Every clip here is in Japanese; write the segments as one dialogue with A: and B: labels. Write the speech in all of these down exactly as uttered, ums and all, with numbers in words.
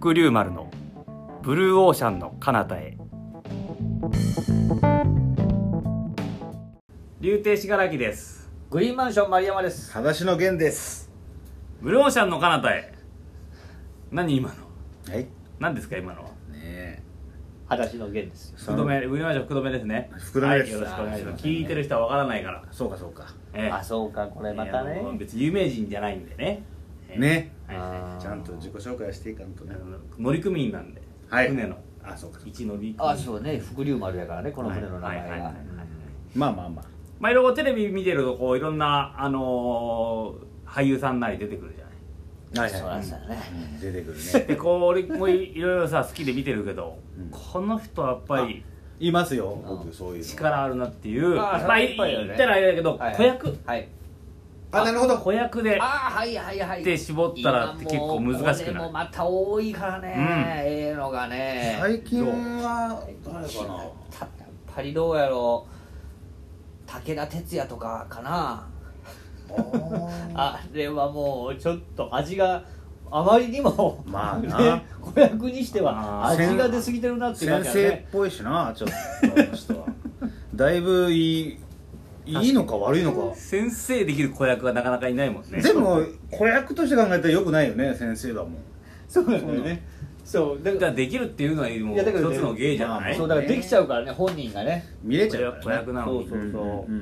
A: 伏龍丸のブルーオーシャンの彼方へ。竜亭信楽です。
B: グリーンマンション丸山です。
C: 裸足の源です。
A: ブルーオーシャンの彼方へ。何今の
C: はい
A: 何ですか今のは。
C: ねえ、
B: 裸足の源ですよ。
A: 福留、ブルーマンション福留ですね。
C: 福留です、
A: はい、よろしくお願いします。聞いてる人はわからないから。
C: そうかそうか、
A: ええ、
B: あ、そうか、これまたね、
A: ええ、別に有名人じゃないんでね。ええ、
C: ね、
A: はいは
C: ちゃんと自己紹介していかんとね。
A: い、乗組員なんで、
C: はい、
A: 船の
C: あ、そうかそうか、
A: 一乗組員。
B: あ、そうね、伏龍丸やからね、この船の名前
A: はいはいはいはい
B: が。
C: まあまあまあ、
A: まあいろいろテレビ見てるとこういろんなあのー、俳優さんなり出てくるじゃない。
C: はい
B: そうなん
C: はい、
B: ですよね。
C: うん、出てくるね。
A: でこう俺もいろいろさ好きで見てるけど、
C: うん、
A: この人はやっぱり
C: いますよ、僕そういうの
A: 力あるなっていう、
B: あ
A: まあ言ったらあれだけど、
B: はいはい
A: 子役、
B: はい、
C: あ、なるほど、
A: 子役で
B: あ、はいはいはい
A: で絞ったらって結構難しくない？
B: 今もうこれもまた多いからね、ええのがね。
C: 最近は誰かな、
B: やっぱりどうやろう、武田鉄矢とかかな。あれはもうちょっと味があまりにも、
C: まあな、
B: ね、子役にしては味が出過ぎてるなっていう感じだね。
C: 先生っぽいしな、ちょっとこの人はだいぶいい、いいのか悪いのか。
A: 先生できる子役はなかなかいないもんね。
C: でも子役として考えたらよくないよね、先生だもん。
B: そうなんだよね。そうだ
A: だからできるっていうのはもう
B: いやだからね
A: 一つの芸じゃない。
B: そうだからできちゃうからね、本人がね。
C: 見れちゃうからね、
A: 子役なのに。
B: そうそうそう。
C: うんうんうんうん、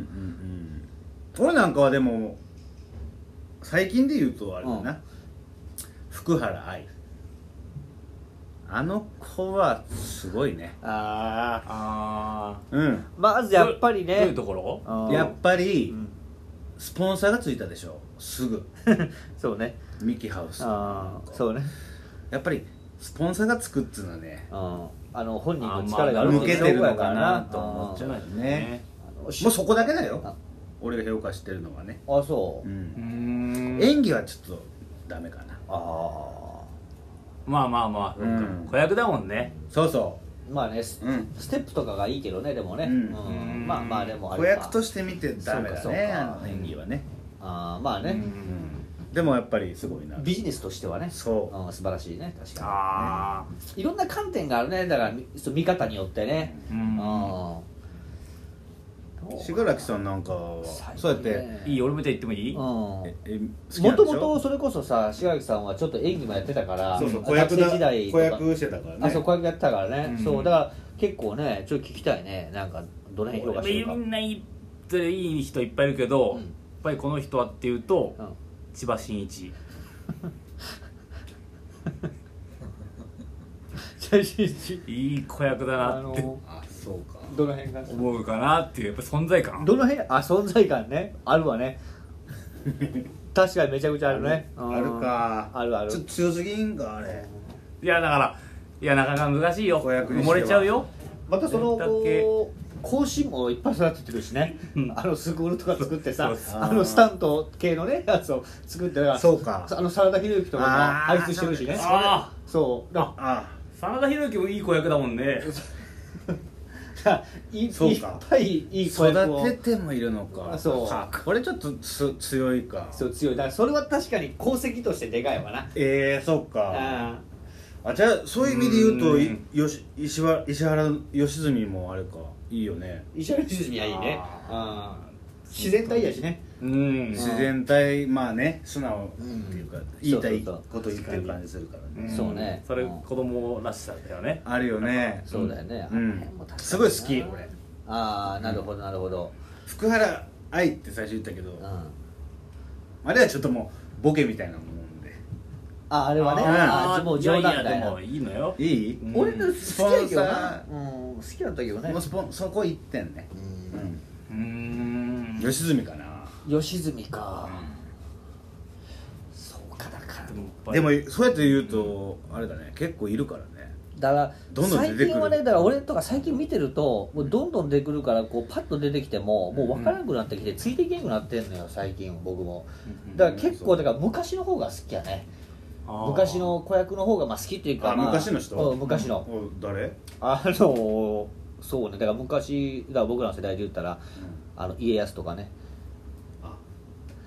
C: 俺なんかはでも最近で言うとあれだな、うん、福原愛、あの子はすごいね。
B: あ
A: あ、
C: うん、
B: まずやっぱりね、
A: どういうところ？
C: やっぱり、
B: うん、
C: スポンサーがついたでしょ、すぐ
B: そうね、
C: ミキハウス。
B: あ、そうね、
C: やっぱりスポンサーがつくっつうのはね、
B: ああの本人の力がある
C: 抜けてるのかなと思っちゃうよね。もうそこだけだよ、俺が評価してるのはね。
B: あ、そう、
C: うん、
A: うん、
C: 演技はちょっとダメかな。
B: ああ、
A: まあまあまあ、うん、子役だもんね。
C: そうそう、
B: まあね、うん、ステップとかがいいけどね、でもね、うんうん、まあまあでもあれ
C: 子役として見てダメだね、あの演技はね。
B: ああ、まあね、うん、
C: でもやっぱりすごいな、
B: ビジネスとしてはね、
C: そう、
B: うん、素晴らしいね、確かに。
A: あ、
B: ね、いろんな観点があるね、だから見方によってね。うん、
C: 信楽さんなんかはそうやって、
A: いい、俺も言ってもいい？
B: もともとそれこそさ、信楽さんはちょっと演技もやってたから、
C: そうそう、子役だ、子役してたからね。
B: あ、そう、子役やってたからね、うん、そうだから結構ね、ちょっと聞きたいね、なんかどの辺評価してるか。
A: みんないい人いっぱいいるけど、うん、やっぱりこの人はっていうと、うん、千葉真一いい子役だなって、
C: あ、そうか、
B: どの辺が
A: 思うかなっていう、やっぱ存在感、
B: どの辺、あ、存在感ね、あるわね確かにめちゃくちゃあるね。
C: あるか、
B: あるある、
C: ちょっと強すぎんかあれ。
A: いやだから、いやなかなか難しいよ、埋もれちゃうよ。
B: またその講師もいっぱい育ててるしねあのスクールとか作ってさ、あのスタント系のねやつを作って、
C: そうか、
B: あの真田広之とかも輩出してるしね。
A: ああ、
B: そうだ、
A: あ、真田広之もいい子役だもんね
B: い, いっぱいいい子役を
C: 育ててもいるのか。
B: そう、
C: これちょっとつ強いか。
B: そう、強い。だからそれは確かに功績としてでかいわな。
C: ええー、そっか。ああ、じゃあそういう意味で言うと、いよし石原石原良純もあれか、いいよね。
B: 石原良純はいいね。あ、自然体やしね。
A: うん、
C: 自然体、まあね、素直っていうか、うん、言いたいこと言ってる感じするからね。
B: そうね、
A: それ子供らしさだよね。
C: あるよね。
B: そうだよね、
C: うん、すごい好き俺。
B: ああ、なるほどなるほど。
C: 福原愛って最初言ったけど、うん、あれはちょっともうボケみたいなもんで。
B: あ、あれはね、ああ、もう冗談みたいな。
A: でもいいのよ。
C: いい？
B: 俺の好きやけどな。うん、好きだったけどね。
C: もうスポンそこ行ってんね。
A: うん。
C: 良純かな。
B: 良純か。そうか、だから。
C: でもそうやって言うとあれだね、結構いるからね。
B: だから
C: どんどん出てくる。
B: 最近はね、だから俺とか最近見てるともうどんどん出てくるから、こうパッと出てきてももう分からなくなってきて、ついていけなくなってんのよ最近僕も。だから結構だから昔の方が好きやね。昔の子役の方がまあ好きっていうか、まあ、
C: 昔の人、
B: うん、昔の、
C: うん、誰？
B: あのそうね、だから昔だから僕らの世代で言ったら、うん、あの家康とかね。
C: あ、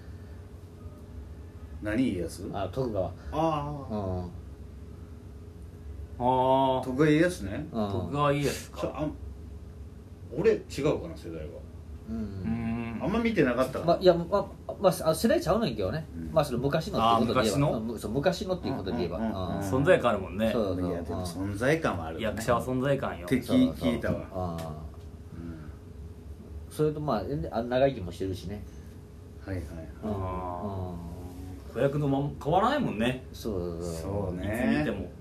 C: 何家康？
B: あ、徳川。
C: ああ、
B: うん、
A: ああ
C: 徳川家康ね。
B: うん
A: 徳川家康
C: ちょ
A: か。
C: あん俺違うかな世代は。
B: う
A: うんん
C: あんま見てなかったかな。
B: まあ、いや、まあ、まあ、世代ちゃうねんけどね、
C: うん
B: まあその昔のっていうことで言えば
A: あ昔の
B: うんそう昔のっていうことで言えば、
C: うんうんうんうん
B: うん
A: 存在感あるもんね。
B: そうそう
C: いやでも存在感はあるよね。
A: 役者は存在感よ。
C: 敵
B: そうそう
C: 聞いたわ。
B: ああ
C: うん
B: それとまああ長生きもしてるしね、
C: はいはい
B: うん
C: は
A: あ
B: うん
A: 子役のまま変わらないもんね。
B: そう
C: い。
B: そう
C: そう
A: いつ見
C: ね
A: て。も。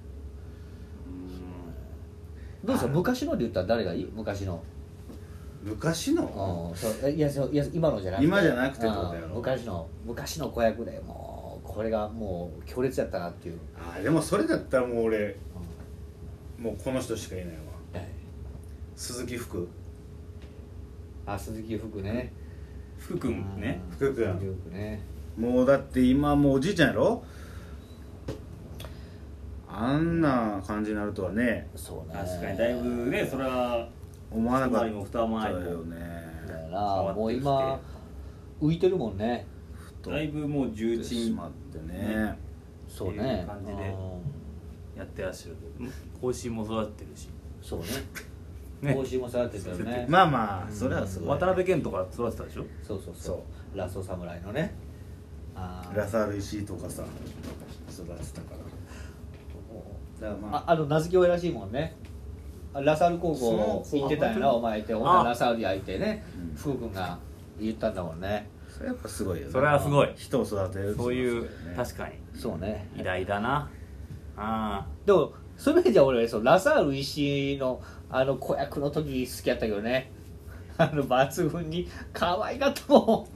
B: どうですか昔ので言ったら誰がいい昔の
C: 昔の
B: うんそういやそういや今のじゃなくて
C: 今じゃなくてってことやろ
B: うん昔の昔の子役でもうこれがもう強烈やったなっていう、
C: あでもそれだったらもう俺もうこの人しかいないわ。鈴木福。
B: あ鈴木福ね
A: 福君ね。
C: 福君
B: 鈴木福ね
C: もうだって今もうおじいちゃんやろ。あんな感じになるとはね
B: そうね
A: 確かにだいぶね、それは
C: 思わなかった
A: 一回りも二回りも
C: よね。
B: だよ
A: 変わってきて
B: なもう今浮いてるもんね
A: だいぶもう重
C: てし
A: 鎮
C: まってね。
B: そうね
A: っていう感じで
B: うん
A: やってらっしゃるけど、甲子園も育ってるし
B: そうね
A: ね
B: 帽子も育ててるね
C: まあまあそれはすごい。
A: 渡辺謙とか育てたでしょ。
B: そうそうそう
C: そ
B: ラストサムライのねあー
C: ラサール石井とかさ育てたから。だからまあ
B: ああの名付け親らしいもんねあラサール高校
C: そう
B: 行ってたんやなお前ってほんならラサール焼いてね
C: うん
B: 福君が言ったんだもんね
C: それやっぱすごいよね。
A: それはすごい
C: 人を育てるってのは
A: そういう
C: すごよね
A: 確かに
B: そうね
A: 偉大だな。あ
B: でもそういう意味じゃ俺そうラサール石井のあの子役の時好きやったけどねあの抜群に可愛かったも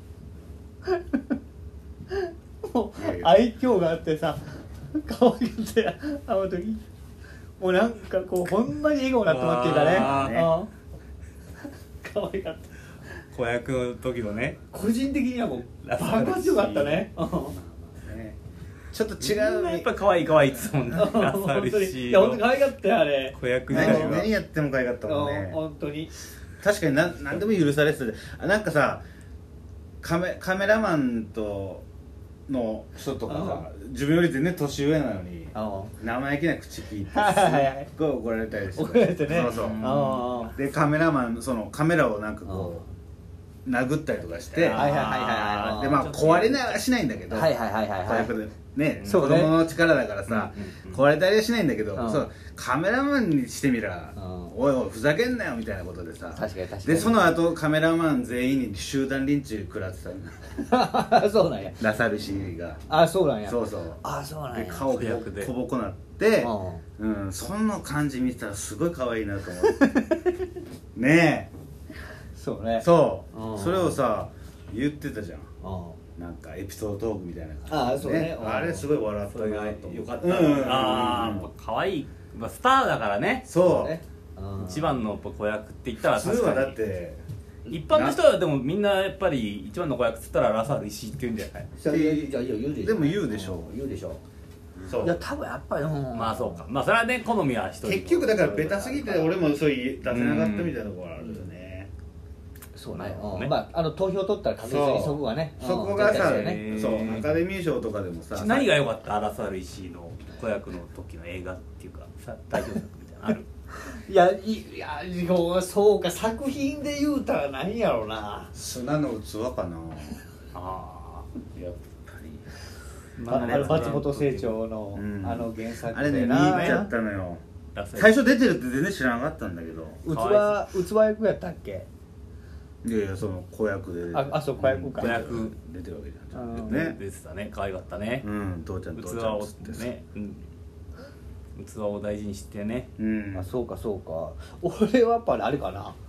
B: んもう
C: いやいや
B: 愛嬌があってさ可愛かったやあの時もうなんかこうほんまに笑顔になってまっていうかね
A: あ
C: ー
B: うん可愛かった
A: あ子役の時のね。
B: 個人的にはもう
A: ラサール
B: 爆発力あったねうん
C: ねちょっと違う
A: やっぱり可愛い可愛いっつもんね。ラサー
B: 本
A: ル
B: 当に
A: 石井
B: いや本当に
A: の
B: 可愛かったよあれ
A: 子役時代
C: 何
A: は
C: 何やっても可愛かったもん
B: うん
C: ね。
B: 本当に
C: 確かに何何でも許されててあなんかさカメカメラマンとの人とかさ自分より全然年上なのに
B: あ
C: 生意気な口聞いてす
B: はいはいはい
C: っごい怒られたりして
B: 怒られてね
C: そうそう
A: うん
B: あ
C: でカメラマンそのカメラをなんかこう殴ったりとかして
B: はいはいはいはいはい
C: でまあ壊れないはしないんだけど
B: はいはいはいはいはい
C: そういうことでね
B: そうね
C: 子供の力だからさ
A: うんうん
C: 壊れたりはしないんだけど
B: うん
C: そうカメラマンにしてみら
B: うん
C: おいおいふざけんなよみたいなことでさ
B: 確かに確かに
C: でその後カメラマン全員に集団リンチ食らってたの
B: そうなんや
C: ラサルシーが
B: あそうなんや
C: そうそう
B: あそうなんや
C: で顔
A: 子役で
C: ボコボコなって
B: う
C: うんその感じ見てたらすごい可愛いなと思ってね
B: そうね
C: えそう
B: うん
C: それをさ言ってたじゃん
B: うん
C: なんかエピソードトークみたいな感じ
B: あそうねうん
C: あれすごい笑った
A: それが
C: なと思
A: 良かった。
C: うんうんうん
A: ああやっぱ可愛い、まあスターだからね。
C: そう
B: ねうん
A: 一番の子役って言ったら
C: 普通は
A: 確かに
C: だって
A: 一般の人はでもみんなやっぱり一番の子役っつったらラサール石井って言うんじゃない。
B: じゃあいやいやいや言うでしょ
C: でも言うでしょ
B: ん言うでしょ
C: そう
B: いや多分やっぱりうん
A: まあそうか、まあそれはね好みは一人
C: 結局だからベタすぎて俺もそう出せなかったみたいなところあるよね
B: そうね
A: なるほどね
B: うんまああの投票取ったら確実にそこがねうん
C: そこがさ
B: 絶対そうよね
A: へー
C: そうアカデミー賞とかでもさ
A: 何が良かったラサール石井の子役の時の映画っていうかさ代表作みたいなのある。
B: いやいいやそうか作品で言うたら何やろうな
C: 砂の器かな
A: あ
C: やっぱり
B: ああの松本清張の、
C: うん
B: あの原作
C: あれね見
B: な
C: 入っちゃったのよ
A: あラサール
C: 最初出てるって全然知らなかったんだけど
B: 器器役やったっけ
C: いやいやその子役で出て
B: ああそう子役か
C: 出てる
A: 子役
C: 出てるわけじゃん
B: うん
C: ね
A: 出てたね可愛かったね
C: う。ん父ちゃん
A: 器
C: 父ちゃん
A: を
C: つってさ
A: ね、うん、器を大事にしてね。
C: うん
B: あそうかそうか俺はやっぱりあれかな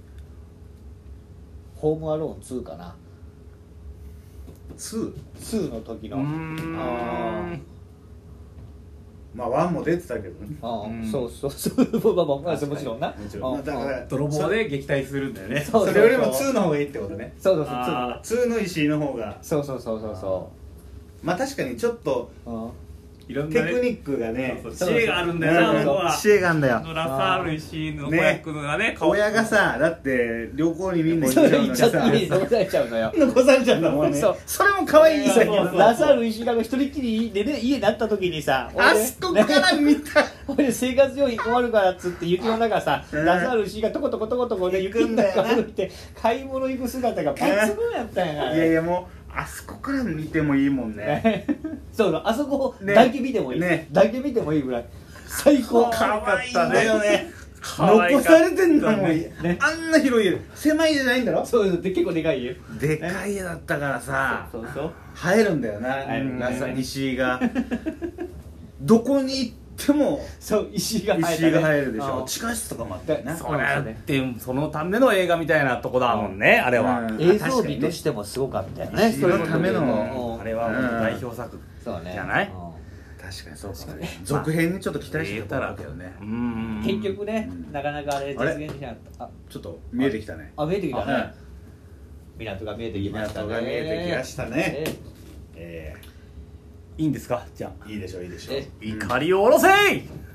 B: ホームアローンツーかな
C: ツー
B: ツーの時の
A: うーん
B: あー
C: まあワンも出てたけどね
B: あ
A: うん
B: そうそうそうまあまあまあもちろんな
C: もちろん
B: あ
C: だから
A: 泥棒で撃退するんだよね。
B: そう
C: それよりもツーの方がいいってことね
B: そうそうそう
A: あ
C: ツーの石井の方が
B: そうそうそうそうそ
C: まあ確かにちょっと
B: ううん
A: いろんなね
C: テクニックがね
A: そうそう知恵があるんだよな、
C: うん
A: あの子は。
C: 知恵があるんだよ。
A: あのラサール石井の子役がね、顔
C: 親がさだって旅行にみんな行っ
B: そう
C: ちゃうのにさ
B: 言っちゃった家に残されちゃうのよ
C: 残されちゃうんだもんね。
B: そう
C: それも可愛いさ
A: そうそう
B: ラサール石川が一人っきりでね家になった時にさ
C: あそこから見た
B: 俺で生活用品困るからっつって雪の中さ、
C: うん
B: ラサール石がとことことことこで雪の中歩いて買い物行く姿が抜群やったんやから
C: いやいやもうあそこから見てもいいもんね。
B: そうあそこ
C: ね
B: だけ見てもいい、
C: ね
B: だけ見てもいいぐらい最高
C: 可愛いんだよね。
A: 可愛かった
C: 残されてんだもん、
B: ね
C: あんな広い家狭い家じゃないんだろ。
B: そうで結構でかいよ
C: でかい家だったからさ
B: そうそうそう
C: 生えるんだよな、
B: 生える
C: ラサ西井がどこに行っても
B: そう石井が生えた、ね、
C: 石井が生えるでしょ。
B: うん
C: 地下室とかもあったよな。
A: それってそのための映画みたいなとこだもんね、あれは、
C: うん
B: 映像美としてもすごかったよね
C: 石井のための
B: うん
A: あれはもう代表作
B: そうね
A: じゃない、
B: うん
C: 確かにそうかもね。続編にちょっと期待してたらけどね。
A: うんうん
B: 結局ね、
C: うん
B: なかなかあれ実現しなかったあ
C: ちょっと見えてきたね。
B: あ見えてきた
C: はい
B: ね港が見えてきましたね
C: 港が見えてきましたね
B: え
C: え
A: いいんですか、じゃあ
C: ーいいでしょういいでしょう
B: え。
A: 怒りを下ろせい。